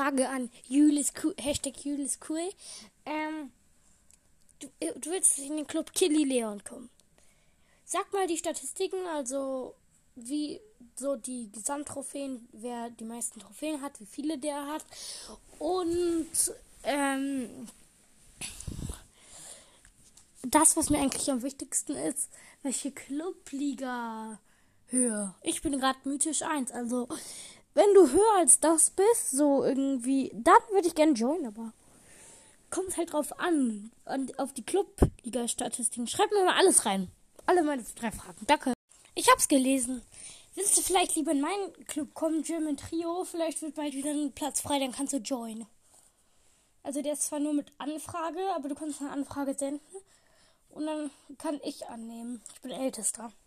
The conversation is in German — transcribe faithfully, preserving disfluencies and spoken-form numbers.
Frage an Julis cool, Hashtag Julis cool. Ähm, du, du willst in den Club Killy Leon kommen. Sag mal die Statistiken, also wie so die Gesamttrophäen, wer die meisten Trophäen hat, wie viele der hat. Und ähm, das, was mir eigentlich am wichtigsten ist, welche Clubliga höher. Ich bin gerade mythisch eins, also wenn du höher als das bist, so irgendwie, dann würde ich gerne joinen, aber kommt halt drauf an, an auf die Clubliga-Statistiken. Schreib mir mal alles rein. Alle meine drei Fragen. Danke. Ich hab's gelesen. Willst du vielleicht lieber in meinen Club kommen, German Trio? Vielleicht wird bald wieder ein Platz frei, dann kannst du joinen. Also der ist zwar nur mit Anfrage, aber du kannst eine Anfrage senden und dann kann ich annehmen. Ich bin Ältester.